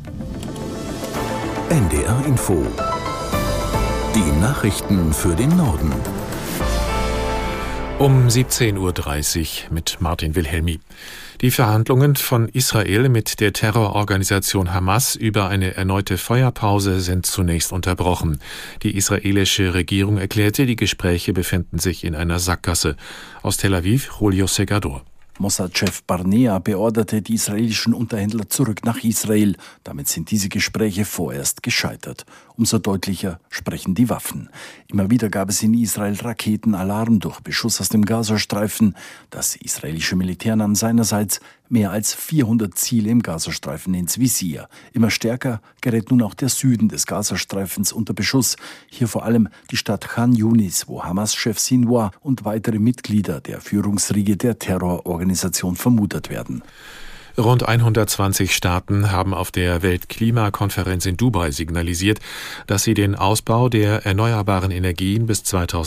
NDR Info. Die Nachrichten für den Norden. Um 17.30 Uhr mit Martin Wilhelmi. Die Verhandlungen von Israel mit der Terrororganisation Hamas über eine erneute Feuerpause sind zunächst unterbrochen. Die israelische Regierung erklärte, die Gespräche befänden sich in einer Sackgasse. Aus Tel Aviv, Julio Segador. Mossad-Chef Barnea beorderte die israelischen Unterhändler zurück nach Israel. Damit sind diese Gespräche vorerst gescheitert. Umso deutlicher sprechen die Waffen. Immer wieder gab es in Israel Raketenalarm durch Beschuss aus dem Gazastreifen. Das israelische Militär nahm seinerseits mehr als 400 Ziele im Gazastreifen ins Visier. Immer stärker gerät nun auch der Süden des Gazastreifens unter Beschuss. Hier vor allem die Stadt Khan Yunis, wo Hamas-Chef Sinwar und weitere Mitglieder der Führungsriege der Terrororganisation vermutet werden. Rund 120 Staaten haben auf der Weltklimakonferenz in Dubai signalisiert, dass sie den Ausbau der erneuerbaren Energien bis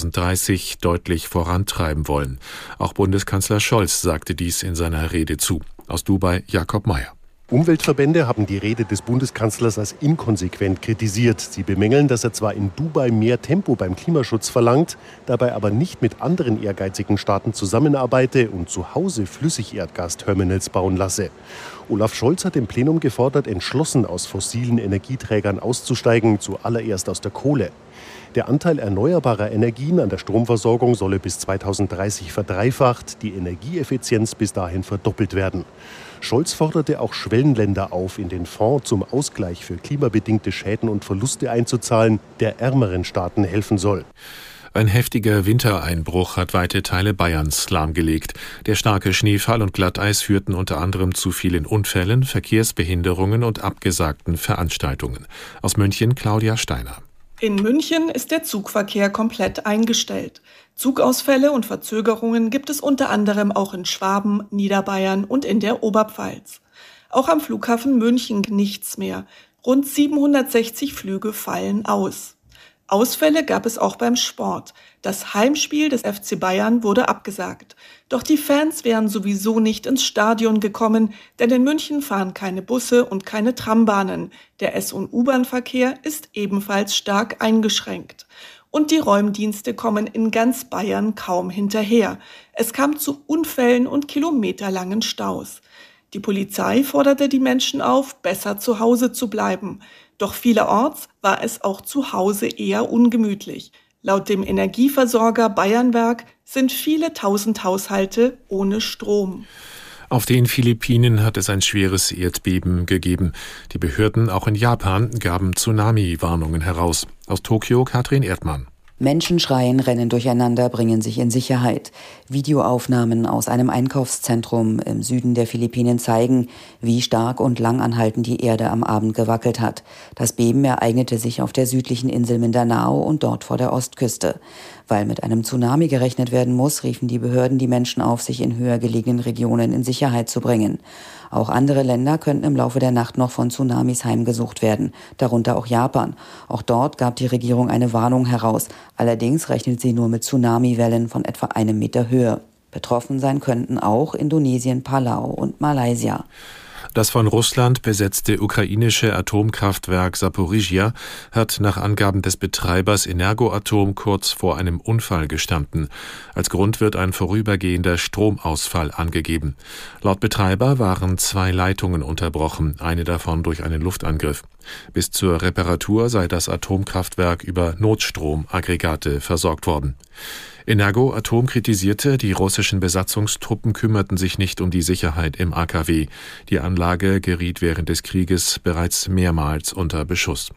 2030 deutlich vorantreiben wollen. Auch Bundeskanzler Scholz sagte dies in seiner Rede zu. Aus Dubai Jakob Mayer. Umweltverbände haben die Rede des Bundeskanzlers als inkonsequent kritisiert. Sie bemängeln, dass er zwar in Dubai mehr Tempo beim Klimaschutz verlangt, dabei aber nicht mit anderen ehrgeizigen Staaten zusammenarbeite und zu Hause Flüssigerdgasterminals bauen lasse. Olaf Scholz hat im Plenum gefordert, entschlossen aus fossilen Energieträgern auszusteigen, zuallererst aus der Kohle. Der Anteil erneuerbarer Energien an der Stromversorgung solle bis 2030 verdreifacht, die Energieeffizienz bis dahin verdoppelt werden. Scholz forderte auch Schwellenländer auf, in den Fonds zum Ausgleich für klimabedingte Schäden und Verluste einzuzahlen, der ärmeren Staaten helfen soll. Ein heftiger Wintereinbruch hat weite Teile Bayerns lahmgelegt. Der starke Schneefall und Glatteis führten unter anderem zu vielen Unfällen, Verkehrsbehinderungen und abgesagten Veranstaltungen. Aus München Claudia Steiner. In München ist der Zugverkehr komplett eingestellt. Zugausfälle und Verzögerungen gibt es unter anderem auch in Schwaben, Niederbayern und in der Oberpfalz. Auch am Flughafen München nichts mehr. Rund 760 Flüge fallen aus. Ausfälle gab es auch beim Sport. Das Heimspiel des FC Bayern wurde abgesagt. Doch die Fans wären sowieso nicht ins Stadion gekommen, denn in München fahren keine Busse und keine Trambahnen. Der S- und U-Bahn-Verkehr ist ebenfalls stark eingeschränkt. Und die Räumdienste kommen in ganz Bayern kaum hinterher. Es kam zu Unfällen und kilometerlangen Staus. Die Polizei forderte die Menschen auf, besser zu Hause zu bleiben. Doch vielerorts war es auch zu Hause eher ungemütlich. Laut dem Energieversorger Bayernwerk sind viele tausend Haushalte ohne Strom. Auf den Philippinen hat es ein schweres Erdbeben gegeben. Die Behörden auch in Japan gaben Tsunami-Warnungen heraus. Aus Tokio Katrin Erdmann. Menschen schreien, rennen durcheinander, bringen sich in Sicherheit. Videoaufnahmen aus einem Einkaufszentrum im Süden der Philippinen zeigen, wie stark und langanhaltend die Erde am Abend gewackelt hat. Das Beben ereignete sich auf der südlichen Insel Mindanao und dort vor der Ostküste. Weil mit einem Tsunami gerechnet werden muss, riefen die Behörden die Menschen auf, sich in höher gelegenen Regionen in Sicherheit zu bringen. Auch andere Länder könnten im Laufe der Nacht noch von Tsunamis heimgesucht werden, darunter auch Japan. Auch dort gab die Regierung eine Warnung heraus. Allerdings rechnet sie nur mit Tsunamiwellen von etwa 1 Meter Höhe. Betroffen sein könnten auch Indonesien, Palau und Malaysia. Das von Russland besetzte ukrainische Atomkraftwerk Saporizhia hat nach Angaben des Betreibers Energoatom kurz vor einem Unfall gestanden. Als Grund wird ein vorübergehender Stromausfall angegeben. Laut Betreiber waren 2 Leitungen unterbrochen, eine davon durch einen Luftangriff. Bis zur Reparatur sei das Atomkraftwerk über Notstromaggregate versorgt worden. Energoatom kritisierte, die russischen Besatzungstruppen kümmerten sich nicht um die Sicherheit im AKW. Die Anlage geriet während des Krieges bereits mehrmals unter Beschuss.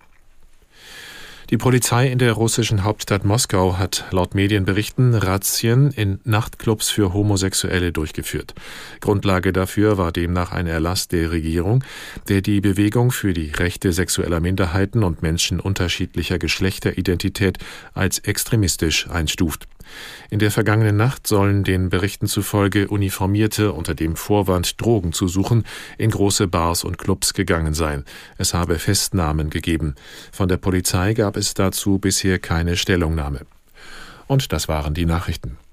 Die Polizei in der russischen Hauptstadt Moskau hat laut Medienberichten Razzien in Nachtclubs für Homosexuelle durchgeführt. Grundlage dafür war demnach ein Erlass der Regierung, der die Bewegung für die Rechte sexueller Minderheiten und Menschen unterschiedlicher Geschlechteridentität als extremistisch einstuft. In der vergangenen Nacht sollen den Berichten zufolge Uniformierte unter dem Vorwand, Drogen zu suchen, in große Bars und Clubs gegangen sein. Es habe Festnahmen gegeben. Von der Polizei gab es dazu bisher keine Stellungnahme. Und das waren die Nachrichten.